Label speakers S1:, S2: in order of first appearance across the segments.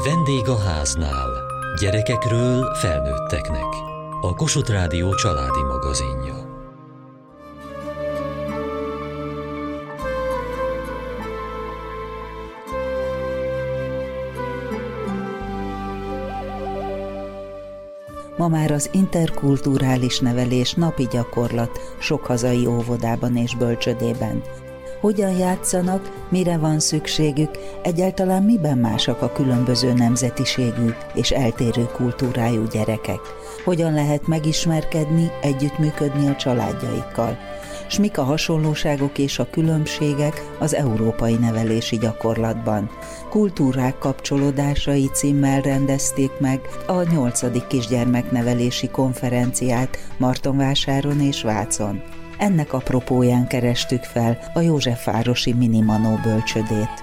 S1: Vendég a háznál. Gyerekekről felnőtteknek. A Kossuth Rádió családi magazinja.
S2: Ma már az interkulturális nevelés napi gyakorlat sok hazai óvodában és bölcsödében. Hogyan játszanak, mire van szükségük, egyáltalán miben másak a különböző nemzetiségű és eltérő kultúrájú gyerekek? Hogyan lehet megismerkedni, együttműködni a családjaikkal? S mik a hasonlóságok és a különbségek az európai nevelési gyakorlatban? Kultúrák kapcsolódásai címmel rendezték meg a 8. kisgyermeknevelési konferenciát Martonvásáron és Vácon. Ennek apropóján kerestük fel a Józsefvárosi Mini Manó bölcsödét.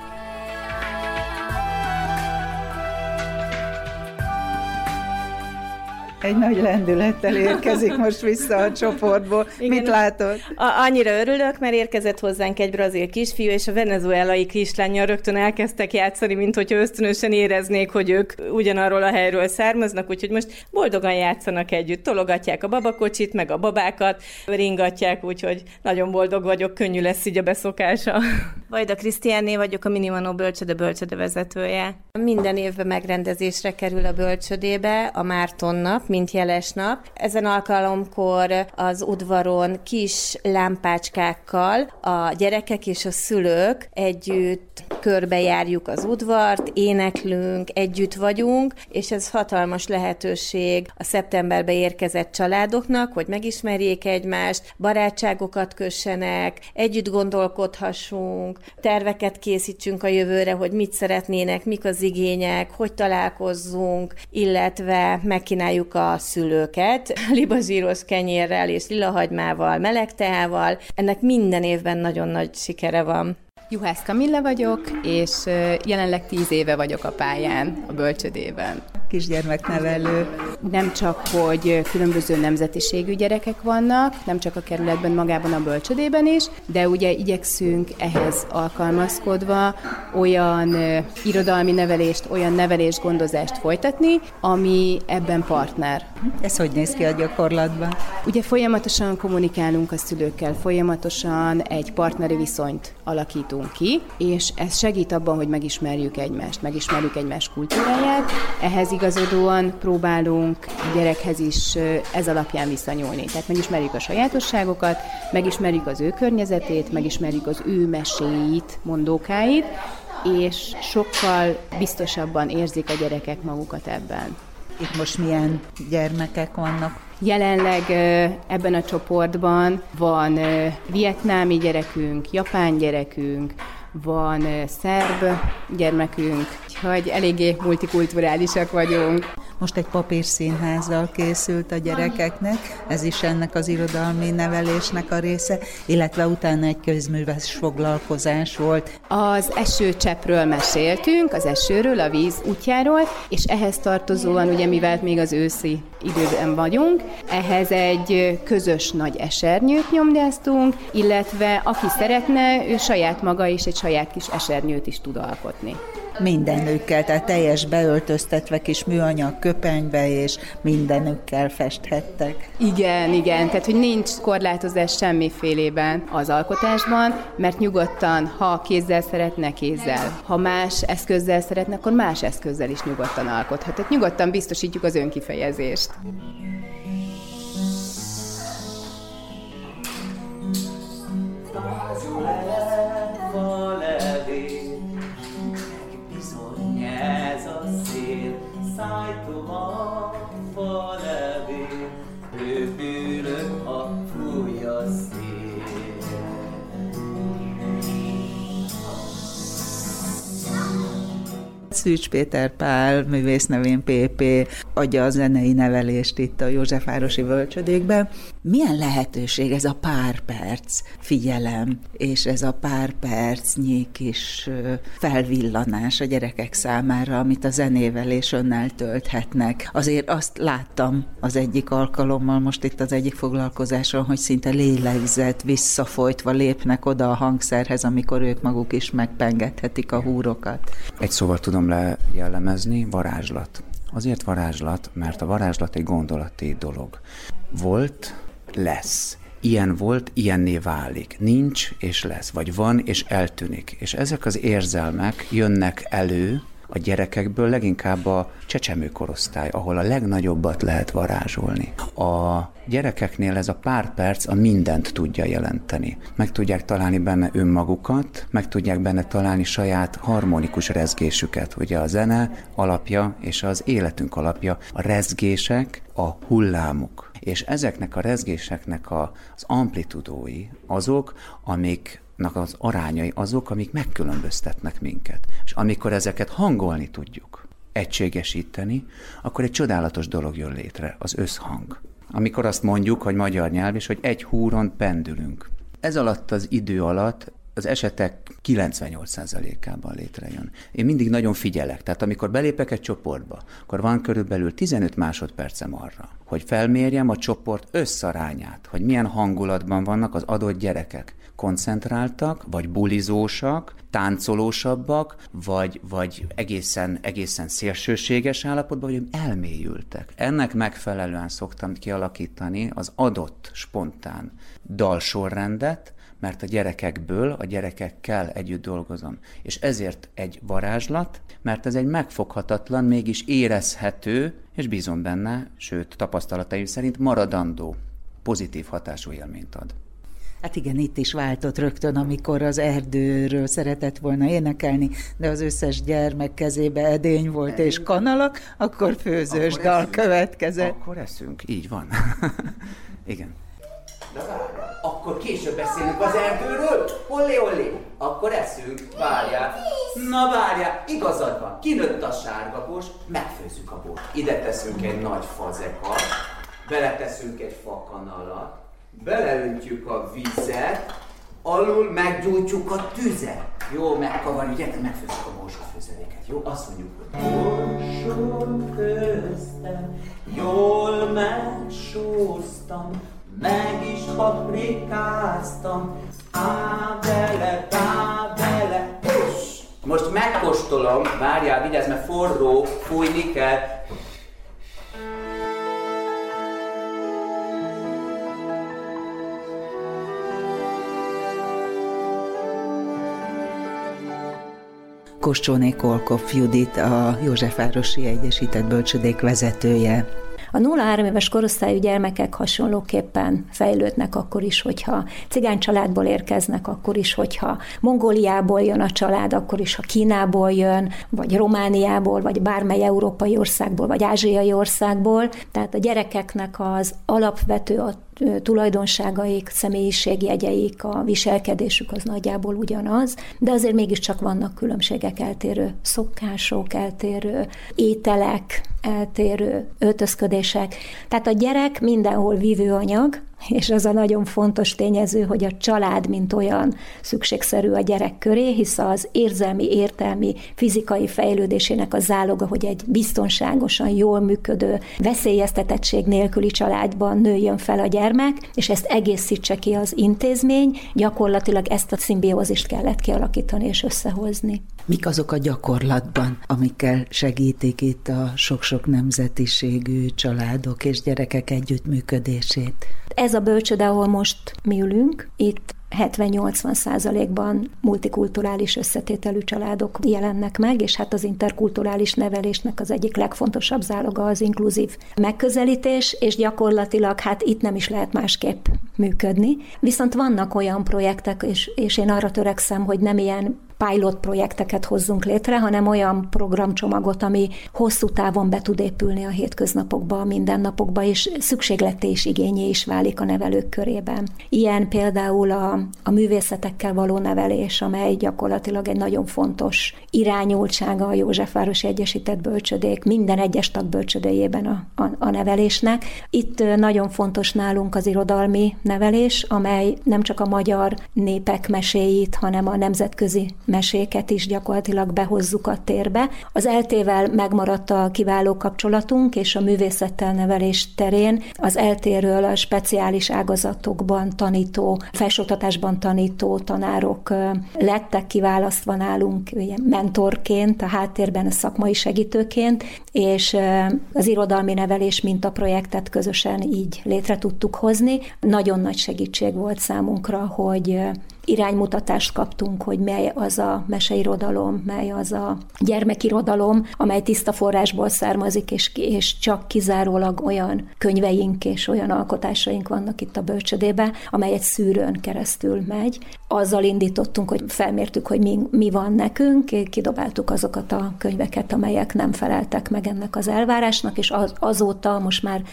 S2: Egy nagy lendülettel érkezik most vissza a csoportból. Igen, mit látod?
S3: Annyira örülök, mert érkezett hozzánk egy brazil kisfiú, és a venezuelai kislánnyal rögtön elkezdtek játszani, mint hogyha ösztönösen éreznék, hogy ők ugyanarról a helyről származnak, úgyhogy most boldogan játszanak együtt. Tologatják a babakocsit, meg a babákat, ringatják, úgyhogy nagyon boldog vagyok, könnyű lesz így a beszokása. Vajda Krisztiánné vagyok, a Mini Manó bölcsöde vezetője. Minden évben megrendezésre kerül a bölcsödébe a Márton nap, mint jeles nap. Ezen alkalomkor az udvaron kis lámpácskákkal a gyerekek és a szülők együtt körbejárjuk az udvart, éneklünk, együtt vagyunk, és ez hatalmas lehetőség a szeptemberbe érkezett családoknak, hogy megismerjék egymást, barátságokat kössenek, együtt gondolkodhassunk, terveket készítsünk a jövőre, hogy mit szeretnének, mik az igények, hogy találkozzunk, illetve megkínáljuk a szülőket libazsíros kenyérrel és lilahagymával, meleg teával. Ennek minden évben nagyon nagy sikere van.
S4: Juhász Kamilla vagyok, és jelenleg 10 éve vagyok a pályán, a bölcsödében.
S2: Kisgyermeknevelő.
S4: Nem csak, hogy különböző nemzetiségű gyerekek vannak, nem csak a kerületben, magában a bölcsödében is, de ugye igyekszünk ehhez alkalmazkodva olyan irodalmi nevelést, olyan nevelésgondozást folytatni, ami ebben partner.
S2: Ez hogy néz ki a gyakorlatban?
S4: Ugye folyamatosan kommunikálunk a szülőkkel, folyamatosan egy partneri viszonyt alakítunk ki, és ez segít abban, hogy megismerjük egymást, megismerjük egymás kultúráját. Ehhez igazodóan próbálunk a gyerekhez is ez alapján visszanyúlni. Tehát megismerjük a sajátosságokat, megismerjük az ő környezetét, megismerjük az ő meséit, mondókáit, és sokkal biztosabban érzik a gyerekek magukat ebben.
S2: Itt most milyen gyermekek vannak?
S4: Jelenleg ebben a csoportban van vietnámi gyerekünk, japán gyerekünk, van szerb gyermekünk, úgyhogy eléggé multikulturálisak vagyunk.
S2: Most egy papírszínházzal készült a gyerekeknek, ez is ennek az irodalmi nevelésnek a része, illetve utána egy közműves foglalkozás volt.
S4: Az esőcseppről meséltünk, az esőről, a víz útjáról, és ehhez tartozóan, ugye mivel még az őszi időben vagyunk, ehhez egy közös nagy esernyőt nyomdáztunk, illetve aki szeretne, ő saját maga is egy saját kis esernyőt is tud alkotni.
S2: Mindenükkel, tehát teljes beöltöztetve kis műanyag köpenybe, és mindenükkel festhettek.
S4: Igen, tehát hogy nincs korlátozás semmifélében az alkotásban, mert nyugodtan, ha kézzel szeretne, kézzel. Ha más eszközzel szeretne, akkor más eszközzel is nyugodtan alkothat. Tehát nyugodtan biztosítjuk az önkifejezést.
S2: Szűcs Péter Pál, művész nevén PP adja a zenei nevelést itt a Józsefvárosi bölcsödékben. Milyen lehetőség ez a pár perc figyelem, és ez a pár percnyi kis felvillanás a gyerekek számára, amit a zenével és önnel tölthetnek. Azért azt láttam az egyik alkalommal, most itt az egyik foglalkozáson, hogy szinte lélegzett, visszafolytva lépnek oda a hangszerhez, amikor ők maguk is megpengethetik a húrokat.
S5: Egy szóval tudom lejellemezni, varázslat. Azért varázslat, mert a varázslat egy gondolati dolog. Volt, lesz. Ilyen volt, ilyenné válik. Nincs, és lesz. Vagy van, és eltűnik. És ezek az érzelmek jönnek elő a gyerekekből, leginkább a csecsemőkorosztály, ahol a legnagyobbat lehet varázsolni. A gyerekeknél ez a pár perc a mindent tudja jelenteni. Meg tudják találni benne önmagukat, meg tudják benne találni saját harmonikus rezgésüket. Ugye a zene alapja és az életünk alapja a rezgések, a hullámok. És ezeknek a rezgéseknek az amplitudói azok, amiknek az arányai azok, amik megkülönböztetnek minket. És amikor ezeket hangolni tudjuk, egységesíteni, akkor egy csodálatos dolog jön létre, az összhang. Amikor azt mondjuk, hogy magyar nyelv, és hogy egy húron pendülünk. Ez alatt az idő alatt az esetek 98%-ában létrejön. Én mindig nagyon figyelek, tehát amikor belépek egy csoportba, akkor van körülbelül 15 másodpercem arra, hogy felmérjem a csoport összarányát, hogy milyen hangulatban vannak az adott gyerekek. Koncentráltak, vagy bulizósak, táncolósabbak, vagy egészen szélsőséges állapotban, vagy elmélyültek. Ennek megfelelően szoktam kialakítani az adott spontán dalsorrendet, mert a gyerekekkel együtt dolgozom. És ezért egy varázslat, mert ez egy megfoghatatlan, mégis érezhető, és bízom benne, sőt tapasztalataim szerint maradandó, pozitív hatású élményt ad.
S2: Hát igen, itt is váltott rögtön, amikor az erdőről szeretett volna énekelni, de az összes gyermek kezébe edény volt és kanalak, akkor főzős akkor dal következett.
S5: Akkor eszünk, így van. Igen. De várjál, akkor később beszélünk az erdőről? Olli, akkor eszünk, várjál. Na várjál, igazad van, kinőtt a sárgabos, megfőzzük a bort. Ide teszünk egy nagy fazekat, beleteszünk egy fakanalat, beleöntjük a vizet, alul meggyújtjuk a tüzet. Jó, megkavarjuk, gyertek, megfőzzük a borsófőzeléket. Jó, azt mondjuk, hogy borsót főztem, jól megsóztam, meg is paprikáztam, á bele, most megkóstolom, várjál, vigyázz, mert forró, fújni kell.
S2: Kossóné Kolkov Judit, a Józsefvárosi Egyesített Bölcsödék vezetője.
S6: A 0-3 éves korosztályú gyermekek hasonlóképpen fejlődnek akkor is, hogyha cigány családból érkeznek, akkor is, hogyha Mongóliából jön a család, akkor is, ha Kínából jön, vagy Romániából, vagy bármely európai országból, vagy ázsiai országból. Tehát a gyerekeknek az alapvető a tulajdonságaik, személyiségjegyeik, a viselkedésük az nagyjából ugyanaz, de azért mégiscsak vannak különbségek, eltérő szokások, eltérő ételek, eltérő öltözködések. Tehát a gyerek mindenhol vívőanyag, és az a nagyon fontos tényező, hogy a család mint olyan szükségszerű a gyerek köré, hisz az érzelmi, értelmi, fizikai fejlődésének a záloga, hogy egy biztonságosan, jól működő, veszélyeztetettség nélküli családban nőjön fel a gyermek, és ezt egészítse ki az intézmény, gyakorlatilag ezt a szimbiózist kellett kialakítani és összehozni.
S2: Mik azok a gyakorlatban, amikkel segítik itt a sok-sok nemzetiségű családok és gyerekek együttműködését?
S6: Ez a bölcsőde, ahol most mi ülünk, itt 70-80%-ban multikulturális összetételű családok jelennek meg, és hát az interkulturális nevelésnek az egyik legfontosabb záloga az inkluzív megközelítés, és gyakorlatilag hát itt nem is lehet másképp működni. Viszont vannak olyan projektek, és én arra törekszem, hogy nem ilyen pilot projekteket hozzunk létre, hanem olyan programcsomagot, ami hosszú távon be tud épülni a hétköznapokba, a mindennapokba, és szükségletté és igényé is válik a nevelők körében. Ilyen például a művészetekkel való nevelés, amely gyakorlatilag egy nagyon fontos irányultsága a Józsefvárosi Egyesített Bölcsödék minden egyes tagbölcsödéjében a nevelésnek. Itt nagyon fontos nálunk az irodalmi nevelés, amely nem csak a magyar népek meséit, hanem a nemzetközi meséket is gyakorlatilag behozzuk a térbe. Az ELTÉ-vel megmaradt a kiváló kapcsolatunk, és a művészettel nevelés terén az ELTÉ-ről a speciális ágazatokban tanító, felsőoktatásban tanító tanárok lettek kiválasztva nálunk mentorként, a háttérben a szakmai segítőként, és az irodalmi nevelés mintaprojektet közösen így létre tudtuk hozni. Nagyon nagy segítség volt számunkra, hogy iránymutatást kaptunk, hogy mely az a meseirodalom, mely az a gyermekirodalom, amely tiszta forrásból származik, és csak kizárólag olyan könyveink és olyan alkotásaink vannak itt a bölcsödében, amely egy szűrőn keresztül megy. Azzal indítottunk, hogy felmértük, hogy mi van nekünk, kidobáltuk azokat a könyveket, amelyek nem feleltek meg ennek az elvárásnak, és azóta, most már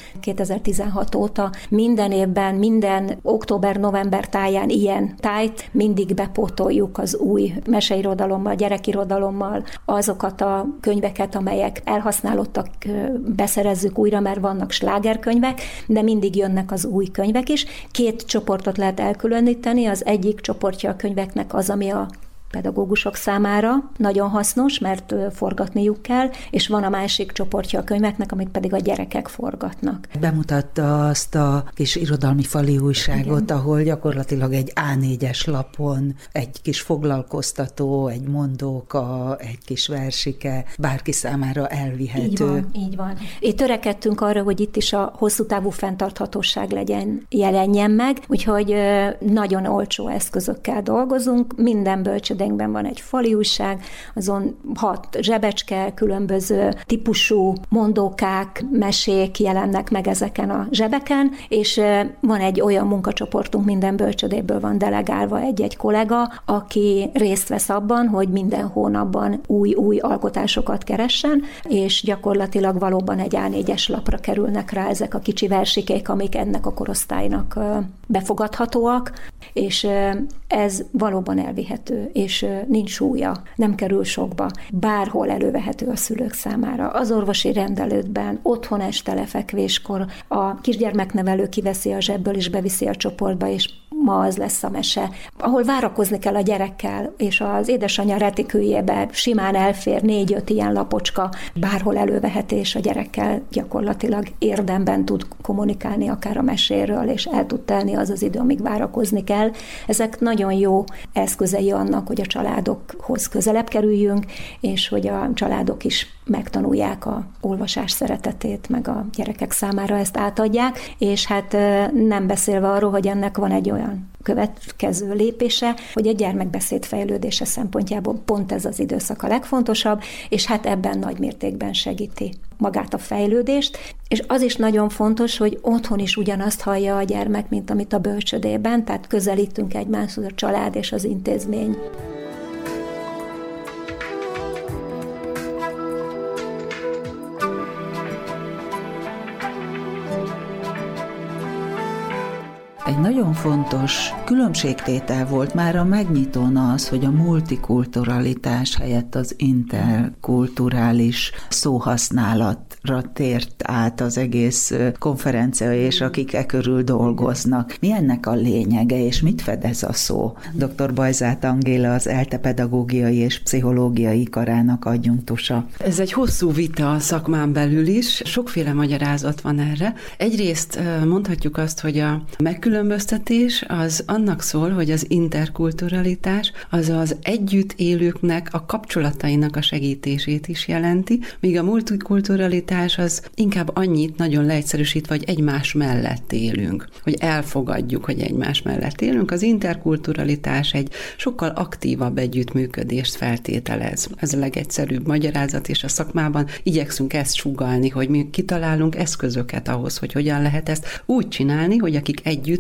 S6: 2016 óta minden évben, minden október-november táján ilyen tájt mindig bepótoljuk az új meseirodalommal, gyerekirodalommal azokat a könyveket, amelyek elhasználódtak, beszerezzük újra, mert vannak slágerkönyvek, de mindig jönnek az új könyvek is. 2 csoportot lehet elkülöníteni, az egyik csoportja a könyveknek az, ami a pedagógusok számára nagyon hasznos, mert forgatniuk kell, és van a másik csoportja a könyveknek, amit pedig a gyerekek forgatnak.
S2: Bemutatta azt a kis irodalmi fali újságot, igen, ahol gyakorlatilag egy A4-es lapon egy kis foglalkoztató, egy mondóka, egy kis versike, bárki számára elvihető.
S6: Így van. Itt törekedtünk arra, hogy itt is a hosszú távú fenntarthatóság jelenjen meg, úgyhogy nagyon olcsó eszközökkel dolgozunk, minden bölcsödénkben van egy fali újság, azon 6 zsebecske, különböző típusú mondókák, mesék jelennek meg ezeken a zsebeken, és van egy olyan munkacsoportunk, minden bölcsödéből van delegálva egy-egy kollega, aki részt vesz abban, hogy minden hónapban új alkotásokat keressen, és gyakorlatilag valóban egy A4-es lapra kerülnek rá ezek a kicsi versikék, amik ennek a korosztálynak befogadhatóak, és ez valóban elvihető, és nincs súlya, nem kerül sokba, bárhol elővehető a szülők számára. Az orvosi rendelődben, otthon este lefekvéskor a kisgyermeknevelő kiveszi a zsebből, és beviszi a csoportba, és ma az lesz a mese, ahol várakozni kell a gyerekkel, és az édesanyja retiküljébe simán elfér 4-5 ilyen lapocska, bárhol elővehetés, a gyerekkel gyakorlatilag érdemben tud kommunikálni akár a meséről, és el tud telni az az idő, amíg várakozni kell. Ezek nagyon jó eszközei annak, hogy a családokhoz közelebb kerüljünk, és hogy a családok is megtanulják a olvasás szeretetét, meg a gyerekek számára ezt átadják, és hát nem beszélve arról, hogy ennek van egy olyan következő lépése, hogy a gyermekbeszéd fejlődése szempontjából pont ez az időszak a legfontosabb, és hát ebben nagy mértékben segíti magát a fejlődést, és az is nagyon fontos, hogy otthon is ugyanazt hallja a gyermek, mint amit a bölcsödében, tehát közelítünk egymáshoz, a család és az intézmény.
S2: Egy nagyon fontos különbségtétel volt már a megnyitón az, hogy a multikulturalitás helyett az interkulturális szóhasználatra tért át az egész konferencia, és akik e körül dolgoznak. Mi ennek a lényege, és mit fedez a szó? Dr. Bajzát Angéla, az ELTE pedagógiai és pszichológiai karának adjunktusa.
S7: Ez egy hosszú vita a szakmán belül is, sokféle magyarázat van erre. Egyrészt mondhatjuk azt, hogy a megkülönböztetés az annak szól, hogy az interkulturalitás az az együtt élőknek a kapcsolatainak a segítését is jelenti, míg a multikulturalitás az inkább annyit, nagyon leegyszerűsítve, hogy egymás mellett élünk, hogy elfogadjuk, hogy egymás mellett élünk. Az interkulturalitás egy sokkal aktívabb együttműködést feltételez. Ez a legegyszerűbb magyarázat, és a szakmában igyekszünk ezt sugallni, hogy mi kitalálunk eszközöket ahhoz, hogy hogyan lehet ezt úgy csinálni, hogy akik együtt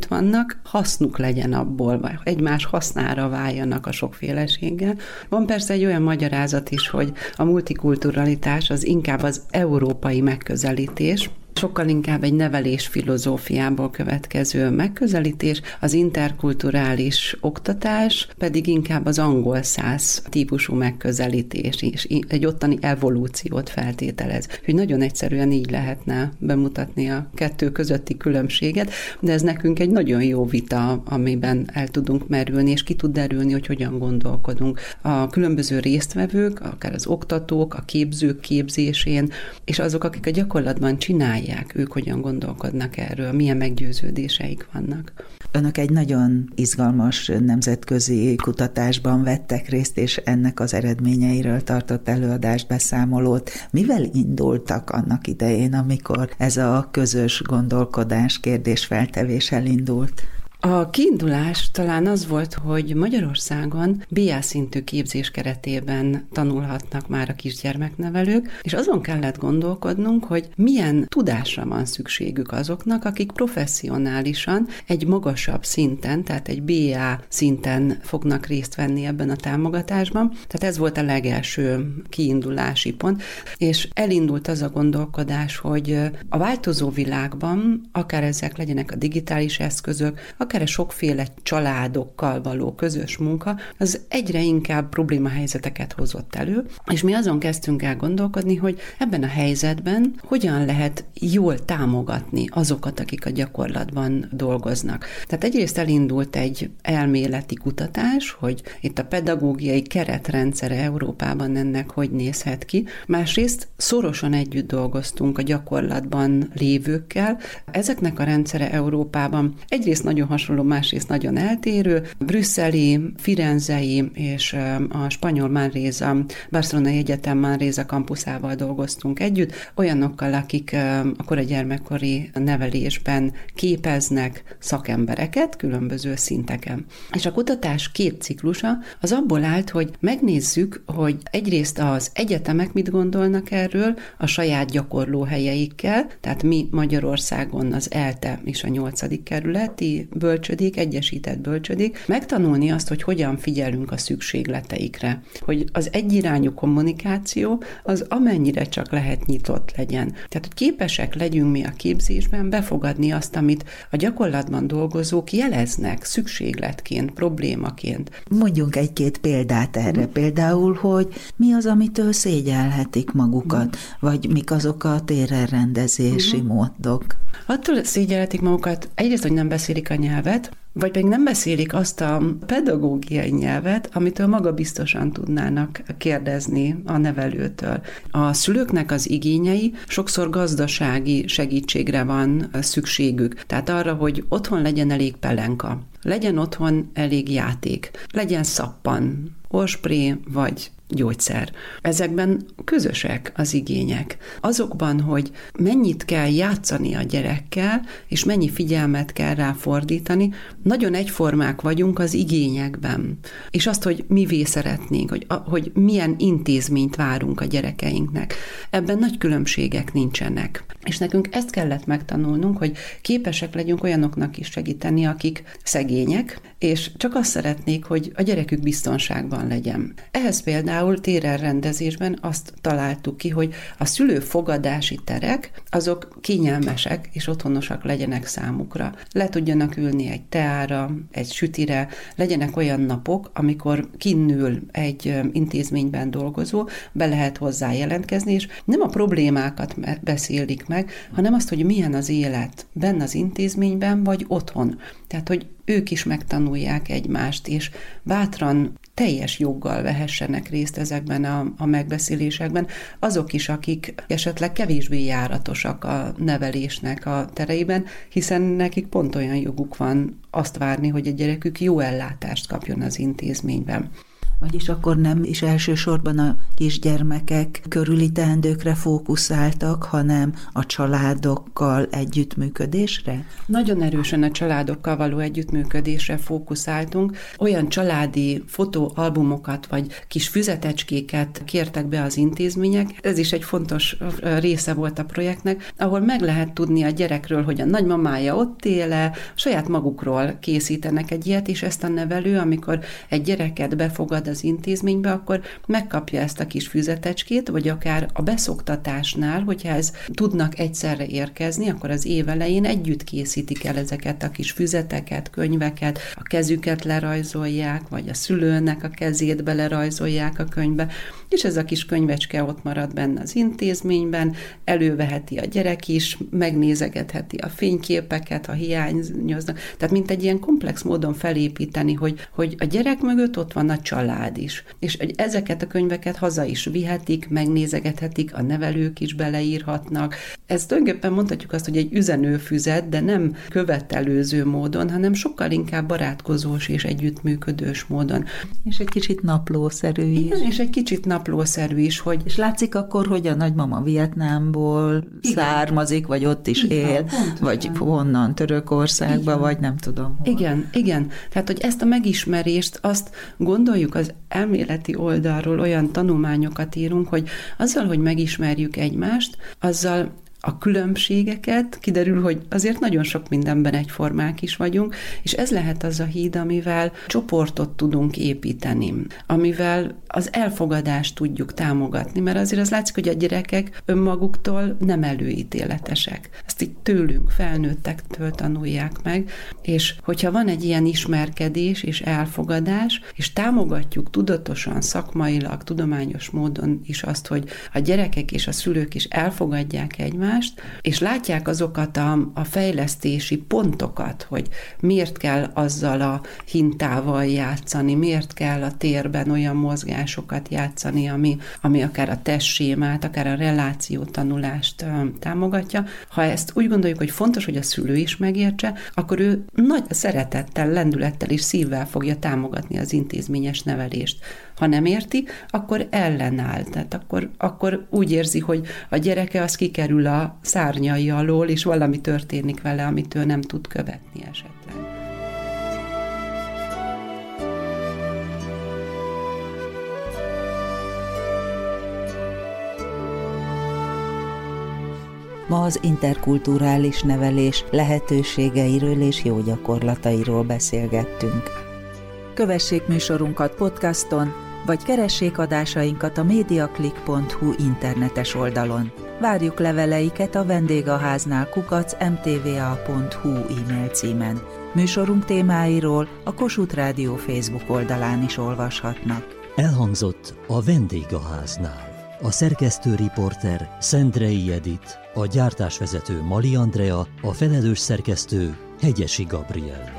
S7: vannak, hasznuk legyen abból, vagy egymás hasznára váljanak a sokféleséggel. Van persze egy olyan magyarázat is, hogy a multikulturalitás az inkább az európai megközelítés, sokkal inkább egy nevelés filozófiából következő megközelítés, az interkulturális oktatás pedig inkább az angol száz típusú megközelítés, és egy ottani evolúciót feltételez. Úgyhogy nagyon egyszerűen így lehetne bemutatni a kettő közötti különbséget, de ez nekünk egy nagyon jó vita, amiben el tudunk merülni, és ki tud derülni, hogy hogyan gondolkodunk. A különböző résztvevők, akár az oktatók, a képzők képzésén, és azok, akik a gyakorlatban csinálják, ők hogyan gondolkodnak erről, milyen meggyőződéseik vannak.
S2: Önök egy nagyon izgalmas nemzetközi kutatásban vettek részt, és ennek az eredményeiről tartott előadást, beszámolót. Mivel indultak annak idején, amikor ez a közös gondolkodás, kérdésfeltevés elindult?
S7: A kiindulás talán az volt, hogy Magyarországon BA szintű képzés keretében tanulhatnak már a kisgyermeknevelők, és azon kellett gondolkodnunk, hogy milyen tudásra van szükségük azoknak, akik professzionálisan egy magasabb szinten, tehát egy BA szinten fognak részt venni ebben a támogatásban. Tehát ez volt a legelső kiindulási pont, és elindult az a gondolkodás, hogy a változó világban, akár ezek legyenek a digitális eszközök, akár a sokféle családokkal való közös munka, az egyre inkább problémahelyzeteket hozott elő, és mi azon kezdtünk el gondolkodni, hogy ebben a helyzetben hogyan lehet jól támogatni azokat, akik a gyakorlatban dolgoznak. Tehát egyrészt elindult egy elméleti kutatás, hogy itt a pedagógiai keretrendszere Európában ennek hogy nézhet ki, másrészt szorosan együtt dolgoztunk a gyakorlatban lévőkkel. Ezeknek a rendszere Európában egyrészt nagyon hasonló, másrészt nagyon eltérő. Brüsszeli, firenzei és a spanyol Manresa, Barcelonai Egyetem Manresa kampuszával dolgoztunk együtt, olyanokkal, akik a kora gyermekkori nevelésben képeznek szakembereket különböző szinteken. És a kutatás két ciklusa az abból állt, hogy megnézzük, hogy egyrészt az egyetemek mit gondolnak erről a saját gyakorlóhelyeikkel, tehát mi Magyarországon az ELTE és a 8. kerületi bölcsödék, egyesített bölcsödék, megtanulni azt, hogy hogyan figyelünk a szükségleteikre, hogy az egyirányú kommunikáció az amennyire csak lehet nyitott legyen. Tehát, hogy képesek legyünk mi a képzésben befogadni azt, amit a gyakorlatban dolgozók jeleznek szükségletként, problémaként.
S2: Mondjunk egy-két példát erre. Például, hogy mi az, amitől szégyelhetik magukat, vagy mik azok a térrendezési módok.
S7: Attól szégyelhetik magukat, egyrészt, hogy nem beszélik a nyelvet, vagy pedig nem beszélik azt a pedagógiai nyelvet, amitől magabiztosan tudnának kérdezni a nevelőtől. A szülőknek az igényei sokszor gazdasági segítségre van szükségük. Tehát arra, hogy otthon legyen elég pelenka, legyen otthon elég játék, legyen szappan, orspré vagy gyógyszer. Ezekben közösek az igények. Azokban, hogy mennyit kell játszani a gyerekkel, és mennyi figyelmet kell rá fordítani, nagyon egyformák vagyunk az igényekben. És azt, hogy mivé szeretnénk, hogy milyen intézményt várunk a gyerekeinknek. Ebben nagy különbségek nincsenek. És nekünk ezt kellett megtanulnunk, hogy képesek legyünk olyanoknak is segíteni, akik szegények, és csak azt szeretnék, hogy a gyerekük biztonságban legyen. Ehhez például térelrendezésben azt találtuk ki, hogy a szülőfogadási terek azok kényelmesek és otthonosak legyenek számukra. Le tudjanak ülni egy teára, egy sütire, legyenek olyan napok, amikor kinnül egy intézményben dolgozó, be lehet hozzá jelentkezni, és nem a problémákat beszélik meg, hanem azt, hogy milyen az élet benne az intézményben, vagy otthon. Tehát, hogy ők is megtanulják egymást, és bátran teljes joggal vehessenek részt ezekben a megbeszélésekben, azok is, akik esetleg kevésbé járatosak a nevelésnek a tereiben, hiszen nekik pont olyan joguk van azt várni, hogy a gyerekük jó ellátást kapjon az intézményben.
S2: Vagyis akkor nem is elsősorban a kisgyermekek körüli teendőkre fókuszáltak, hanem a családokkal együttműködésre?
S7: Nagyon erősen a családokkal való együttműködésre fókuszáltunk. Olyan családi fotóalbumokat vagy kis füzetecskéket kértek be az intézmények. Ez is egy fontos része volt a projektnek, ahol meg lehet tudni a gyerekről, hogy a nagymamája ott éle, saját magukról készítenek egy ilyet, és ezt a nevelő, amikor egy gyereket befogad az intézménybe, akkor megkapja ezt a kis füzetecskét, vagy akár a beszoktatásnál, hogyha ez tudnak egyszerre érkezni, akkor az év elején együtt készítik el ezeket a kis füzeteket, könyveket, a kezüket lerajzolják, vagy a szülőnek a kezét belerajzolják a könyvbe, és ez a kis könyvecske ott marad benne az intézményben, előveheti a gyerek is, megnézegetheti a fényképeket, ha hiányoznak. Tehát mint egy ilyen komplex módon felépíteni, hogy a gyerek mögött ott van a család is. És ezeket a könyveket haza is vihetik, megnézegethetik, a nevelők is beleírhatnak. Ez tulajdonképpen mondhatjuk azt, hogy egy üzenőfüzet, de nem követelőző módon, hanem sokkal inkább barátkozós és együttműködős módon.
S2: És egy kicsit naplószerű is.
S7: Igen, és egy kicsit naplószerű is, hogy...
S2: És látszik akkor, hogy a nagymama Vietnámból származik, vagy ott is él, vagy honnan, Törökországba, vagy nem tudom. Hol.
S7: Igen. Tehát, hogy ezt a megismerést, azt gondoljuk az elméleti oldalról, olyan tanulmányokat írunk, hogy azzal, hogy megismerjük egymást, azzal a különbségeket, kiderül, hogy azért nagyon sok mindenben egyformák is vagyunk, és ez lehet az a híd, amivel csoportot tudunk építeni, amivel az elfogadást tudjuk támogatni, mert azért az látszik, hogy a gyerekek önmaguktól nem előítéletesek. Ezt így tőlünk, felnőttektől tanulják meg, és hogyha van egy ilyen ismerkedés és elfogadás, és támogatjuk tudatosan, szakmailag, tudományos módon is azt, hogy a gyerekek és a szülők is elfogadják egymást, és látják azokat a fejlesztési pontokat, hogy miért kell azzal a hintával játszani, miért kell a térben olyan mozgásokat játszani, ami akár a testsémát, akár a relációtanulást támogatja. Ha ezt úgy gondoljuk, hogy fontos, hogy a szülő is megértse, akkor ő nagy szeretettel, lendülettel és szívvel fogja támogatni az intézményes nevelést. Ha nem érti, akkor ellenáll. Tehát akkor úgy érzi, hogy a gyereke az kikerül a szárnyai alól, és valami történik vele, amit ő nem tud követni esetleg.
S2: Ma az interkulturális nevelés lehetőségeiről és jó gyakorlatairól beszélgettünk. Kövessék műsorunkat podcaston, vagy keressék adásainkat a mediaclick.hu internetes oldalon. Várjuk leveleiket a vendégháznál @mtva.hu e-mail címen. Műsorunk témáiról a Kossuth Rádió Facebook oldalán is olvashatnak.
S1: Elhangzott a vendégháznál. A szerkesztő riporter Szendrei Edit, a gyártásvezető Mali Andrea, a felelős szerkesztő Hegyesi Gabriella.